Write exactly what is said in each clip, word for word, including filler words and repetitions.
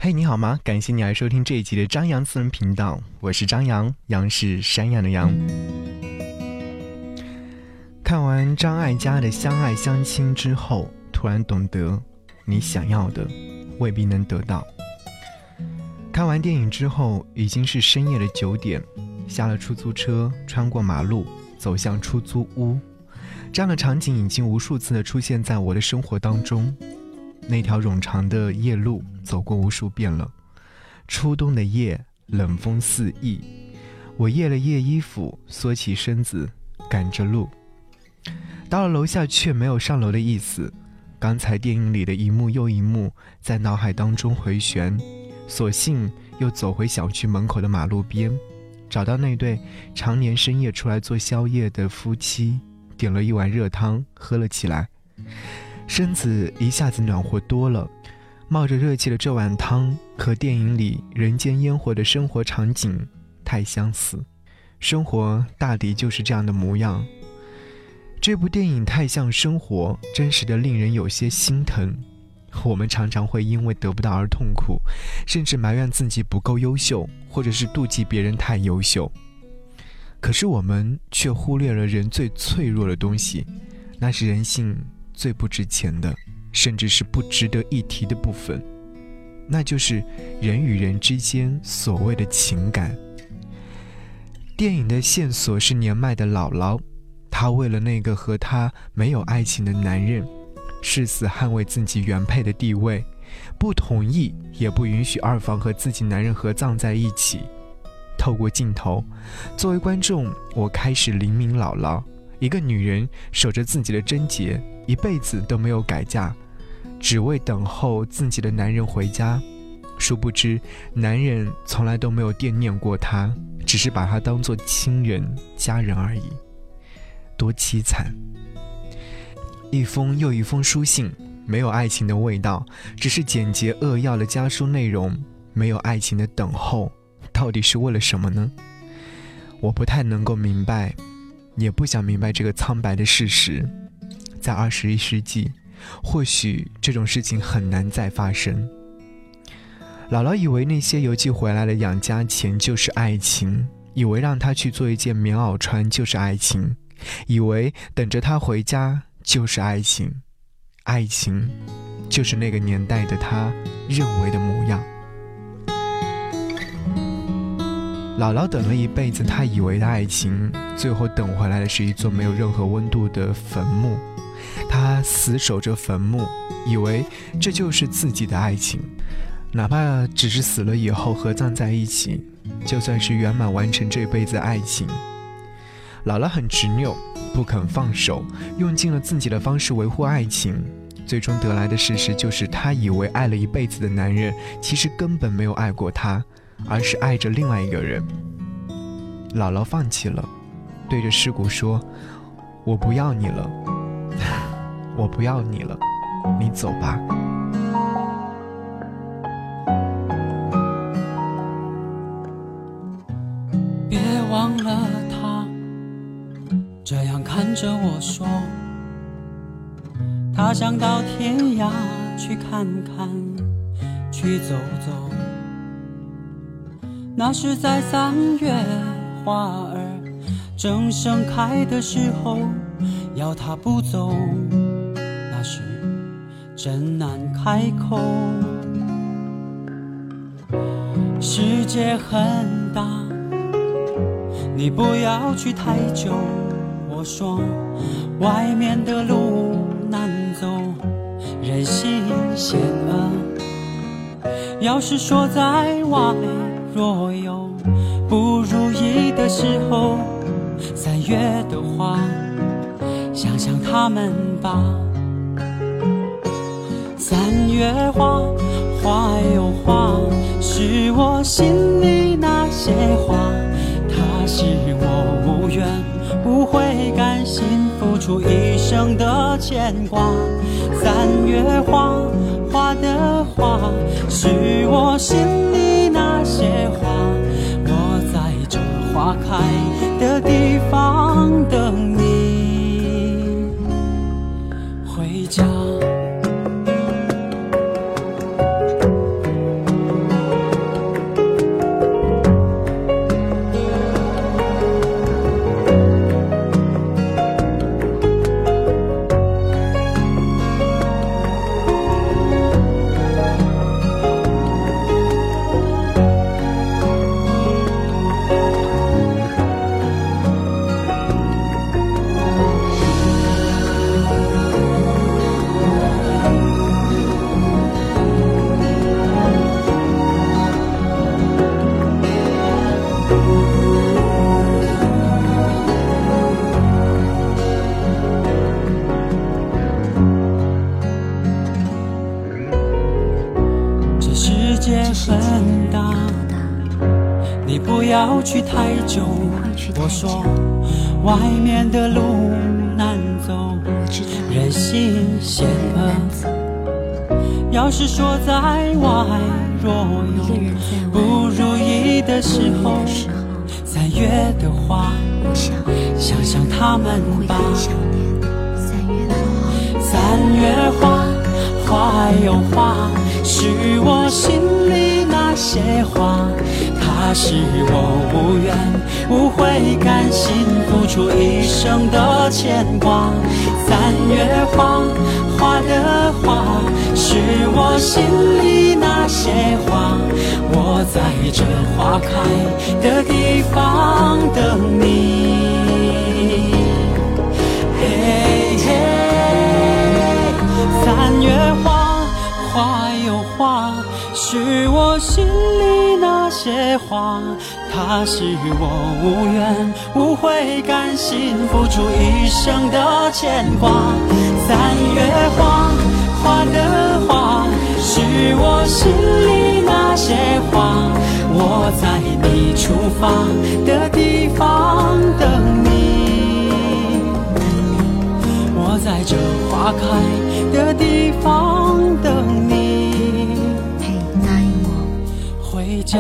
嘿，你好吗？感谢你来收听这一集的张扬私人频道，我是张扬，杨是山羊的羊。看完张艾嘉的《相爱相亲》之后，突然懂得你想要的未必能得到。看完电影之后，已经是深夜的九点，下了出租车，穿过马路，走向出租屋。这样的场景已经无数次的出现在我的生活当中。那条冗长的夜路走过无数遍了。初冬的夜，冷风四溢，我掖了掖衣服，缩起身子，赶着路。到了楼下却没有上楼的意思。刚才电影里的一幕又一幕在脑海当中回旋，索性又走回小区门口的马路边，找到那对常年深夜出来做宵夜的夫妻，点了一碗热汤喝了起来。身子一下子暖和多了，冒着热气的这碗汤和电影里人间烟火的生活场景太相似。生活大抵就是这样的模样。这部电影太像生活，真实的令人有些心疼。我们常常会因为得不到而痛苦，甚至埋怨自己不够优秀，或者是妒忌别人太优秀。可是我们却忽略了人最脆弱的东西，那是人性最不值钱的，甚至是不值得一提的部分，那就是人与人之间所谓的情感。电影的线索是年迈的姥姥，她为了那个和她没有爱情的男人，誓死捍卫自己原配的地位，不同意也不允许二房和自己男人合葬在一起。透过镜头，作为观众，我开始灵敏姥姥，一个女人守着自己的贞洁，一辈子都没有改嫁，只为等候自己的男人回家。殊不知男人从来都没有惦念过她，只是把她当作亲人家人而已。多凄惨。一封又一封书信，没有爱情的味道，只是简洁扼要的家书内容，没有爱情的等候，到底是为了什么呢？我不太能够明白，也不想明白这个苍白的事实。在二十一世纪，或许这种事情很难再发生。姥姥以为那些邮寄回来的养家钱就是爱情，以为让她去做一件棉袄穿就是爱情，以为等着她回家就是爱情。爱情就是那个年代的她认为的模样。姥姥等了一辈子她以为的爱情，最后等回来的是一座没有任何温度的坟墓。她死守着坟墓，以为这就是自己的爱情，哪怕只是死了以后合葬在一起，就算是圆满完成这辈子的爱情。姥姥很执拗，不肯放手，用尽了自己的方式维护爱情，最终得来的事实就是她以为爱了一辈子的男人，其实根本没有爱过她，而是爱着另外一个人。姥姥放弃了，对着尸骨说：我不要你了，我不要你了，你走吧。 别忘了他这样看着我说，他想到天涯去看看，去走走。那是在三月花儿正盛开的时候，要他不走，那时真难开口。世界很大，你不要去太久。我说外面的路难走，人心险恶。要是说在外若有不如意的时候，三月的花，想想他们吧。三月花，花有花，是我心里那些话，它是我无怨无悔甘心付出一生的牵挂。三月花，花的花，是我心里那些话，我在这花开的地方等你回家。 界很大，你不要去太久。我说外面的路难走，人心险恶。要是说在外若有不如意的时候，三月的花，想想他们吧。三月花，花有花，是我心里那些话。它是我无怨无悔甘心付出一生的牵挂。三月花，花的花，是我心里那些话。我在这花开的地方等你。嘿嘿，三月花，花有花，是我心里那些话。它是我无怨无悔甘心付出一生的牵挂。三月花，花的花，是我心里那些话。我在你出发的地方等你，我在这花开的地方等你。 嘿，答应我回家。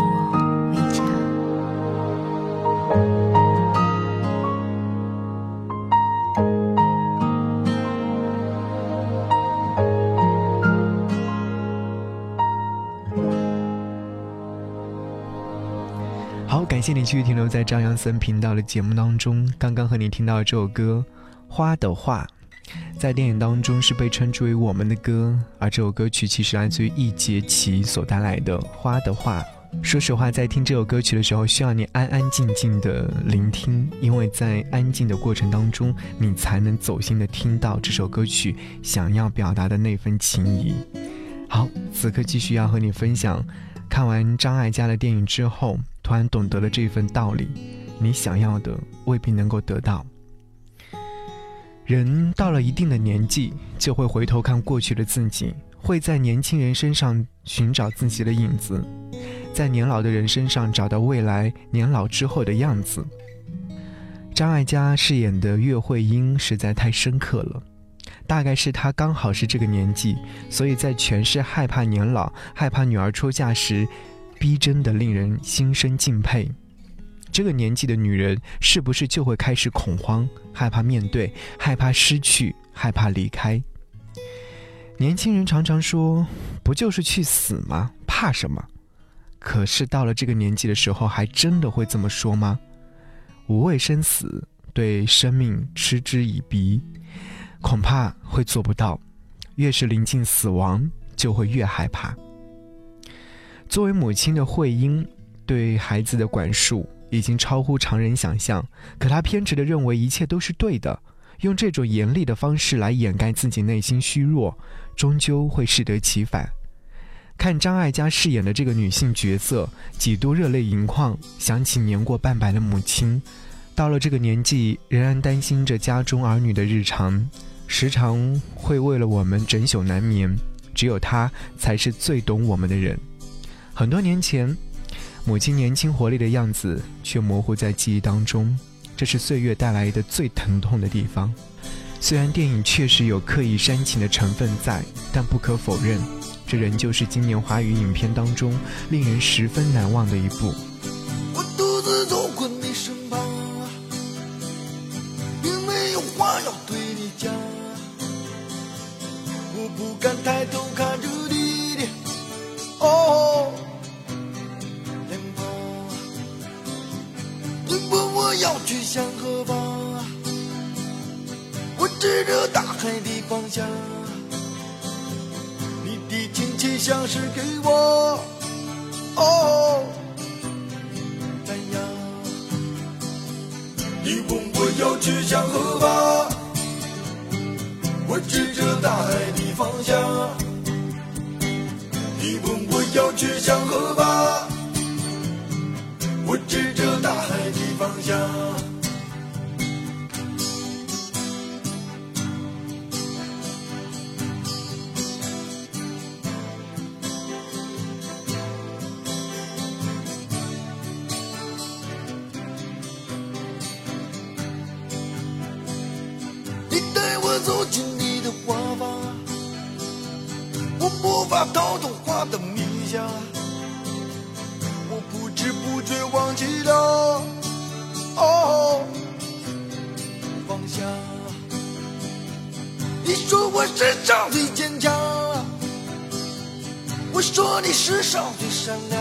好，感谢你继续停留在张扬森频道的节目当中。刚刚和你听到的这首歌《花的话》，在电影当中是被称之为我们的歌，而这首歌曲其实来自于易烨奇所带来的《花的话》。说实话，在听这首歌曲的时候，需要你安安静静的聆听，因为在安静的过程当中，你才能走心的听到这首歌曲想要表达的那份情谊。好，此刻继续要和你分享，看完张艾嘉的电影之后，突然懂得了这份道理，你想要的未必能够得到。人到了一定的年纪，就会回头看过去的自己，会在年轻人身上寻找自己的影子，在年老的人身上找到未来年老之后的样子。张艾嘉饰演的岳慧英实在太深刻了，大概是她刚好是这个年纪，所以在诠释害怕年老、害怕女儿出嫁时，逼真的令人心生敬佩。这个年纪的女人是不是就会开始恐慌，害怕面对，害怕失去，害怕离开？年轻人常常说，不就是去死吗？怕什么？可是到了这个年纪的时候，还真的会这么说吗？无畏生死，对生命嗤之以鼻，恐怕会做不到。越是临近死亡，就会越害怕。作为母亲的慧英，对孩子的管束已经超乎常人想象，可她偏执地认为一切都是对的，用这种严厉的方式来掩盖自己内心虚弱，终究会适得其反。看张艾嘉饰演的这个女性角色，几度热泪盈眶，想起年过半百的母亲，到了这个年纪仍然担心着家中儿女的日常，时常会为了我们整宿难眠，只有她才是最懂我们的人。很多年前，母亲年轻活力的样子却模糊在记忆当中，这是岁月带来的最疼痛的地方。虽然电影确实有刻意煽情的成分在，但不可否认，这仍旧是今年华语影片当中令人十分难忘的一部。 我独自走过你身旁，并没有话要对你讲，我不敢抬头看着你的哦脸庞，你问我要去向何方，我指着大海的方向，你的亲切像是给我哦赞扬。你问我要去向何方，我指着大海的方向。你问我要去向何方，我指着大海的方向。 无法逃脱花的迷香，我不知不觉忘记了哦方向。你说我世上最坚强，我说你世上最善良，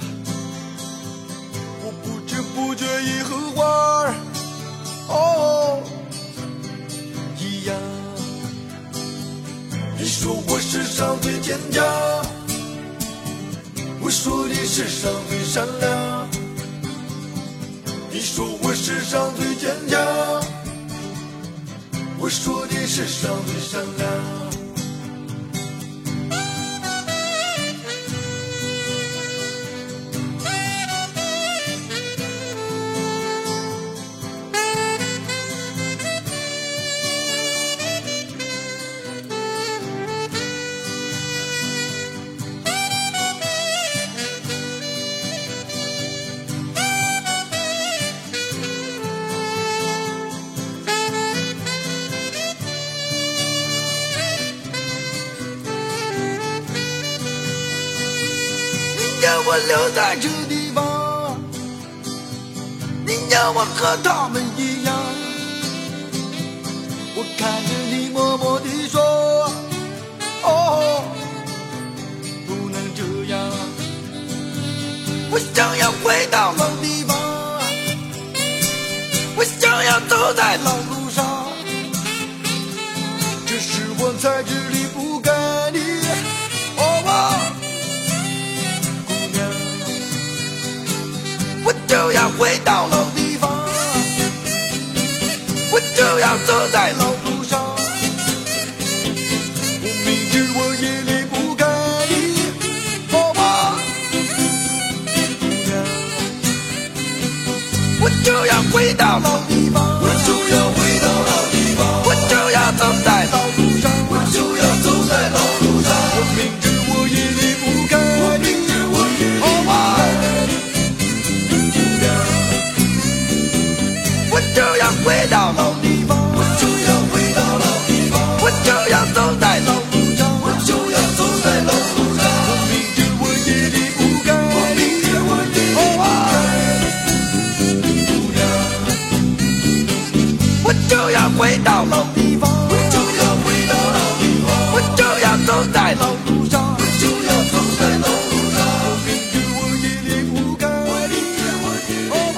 我不知不觉已和花儿哦一样。你说我世上最坚强，我说你世上最善良，你说我世上最坚强，我说你世上最善良。让我留在这地方，你让我和他们一样。我看着你默默地说，哦，不能这样。我想要回到老地方，我想要走在老路上，只是我在这里不该你，哦啊。我就要回到老地方，我就要走在老路上，我明知我也离不开你，好吧，我就要回到老地方，我就要回到老地方，我就要走在老路上，我就要走在老路上，我明知我也离不开你，我明知我也离不开你，我就要回到老地方，我就要回到老地方，我就要走在老路上，我就要走在老路上，我明知我也离不开，我明知我也离不开，我就要回到老地方，我就要回到老地方，我就要走在老路上，我就要走在老路上，我明知我也离不开，我明知我也离不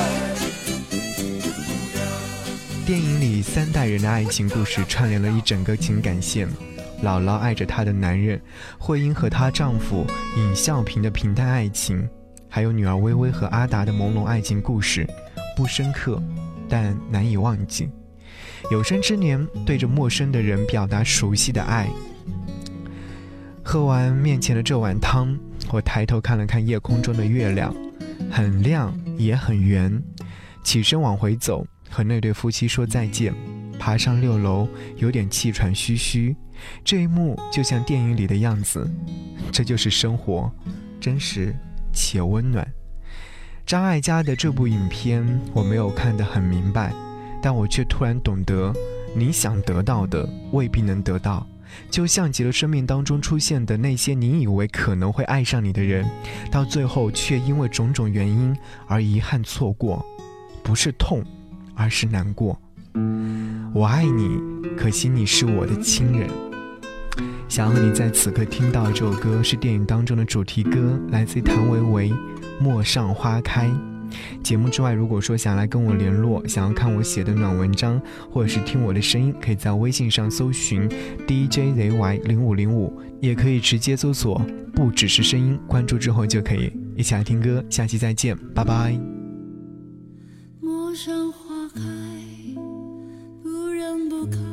开。 电影里三代人的爱情故事串联了一整个情感线，姥姥爱着她的男人，慧英和她丈夫尹孝平的平淡爱情，还有女儿微微和阿达的朦胧爱情故事，不深刻，但难以忘记。有生之年对着陌生的人表达熟悉的爱。喝完面前的这碗汤，我抬头看了看夜空中的月亮，很亮也很圆，起身往回走，和那对夫妻说再见，爬上六楼，有点气喘吁吁。这一幕就像电影里的样子，这就是生活，真实且温暖。张艾嘉的这部影片我没有看得很明白，但我却突然懂得，你想得到的未必能得到，就像极了生命当中出现的那些你以为可能会爱上你的人，到最后却因为种种原因而遗憾错过，不是痛，而是难过。我爱你，可惜你是我的亲人。想和你在此刻听到这首歌，是电影当中的主题歌，来自谭维维《陌上花开》。节目之外，如果说想来跟我联络，想要看我写的暖文章，或者是听我的声音，可以在微信上搜寻 D J Z Y 零五零五，也可以直接搜索不只是声音，关注之后就可以一起来听歌。下期再见，拜拜。 陌上花开，不人不开，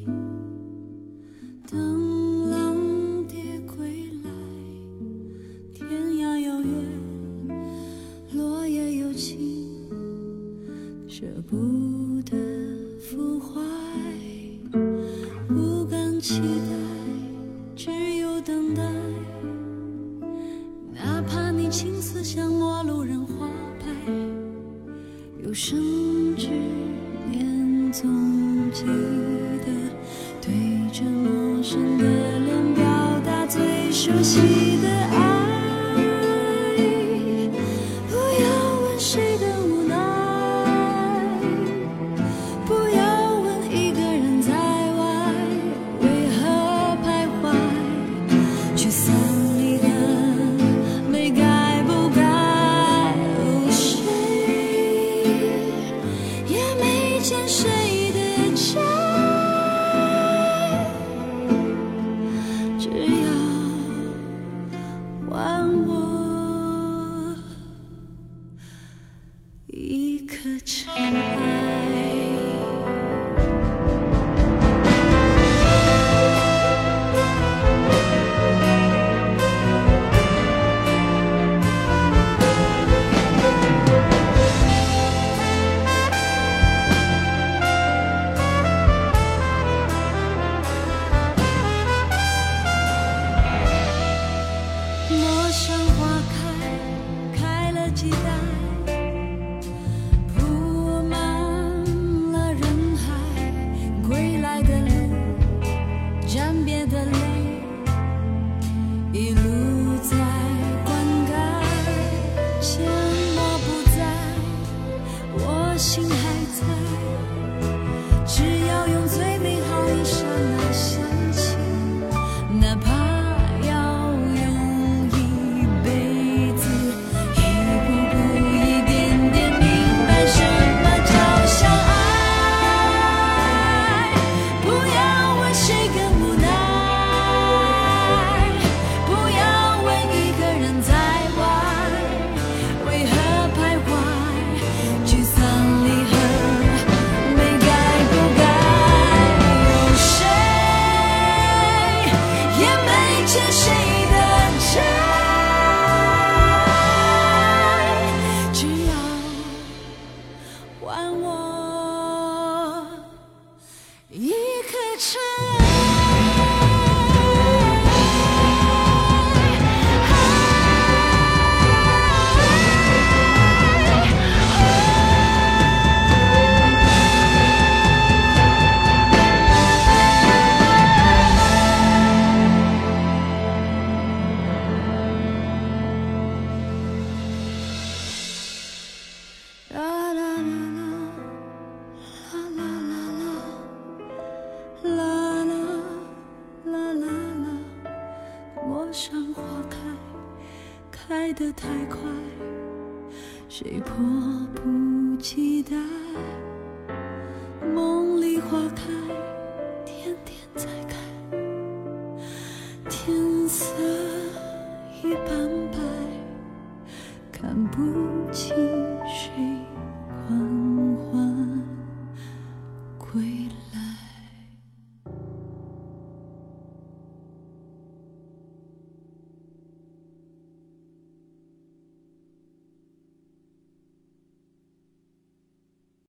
等浪蝶归来，天涯有月，落叶有情，舍不得腐坏，不敢期待，只有等待，哪怕你青丝像陌路人花牌，有生之年总记得对着陌生的脸表达最深熟悉的爱，不要问谁的无奈，不要问一个人在外为何徘徊，聚散离合没该不该，哦，谁也没欠谁的债，只要还我一颗尘埃。陌上花开，开了几代，铺满了人海，归来的路，暂别的泪，一路在灌溉，缄默不在，我心还在，只要用最美好一刹那想起，哪怕欠谁的债，只要还我一颗尘陌上花开，开得太快，谁迫不及待？梦里花开，天天在开，天色已斑白，看不清谁。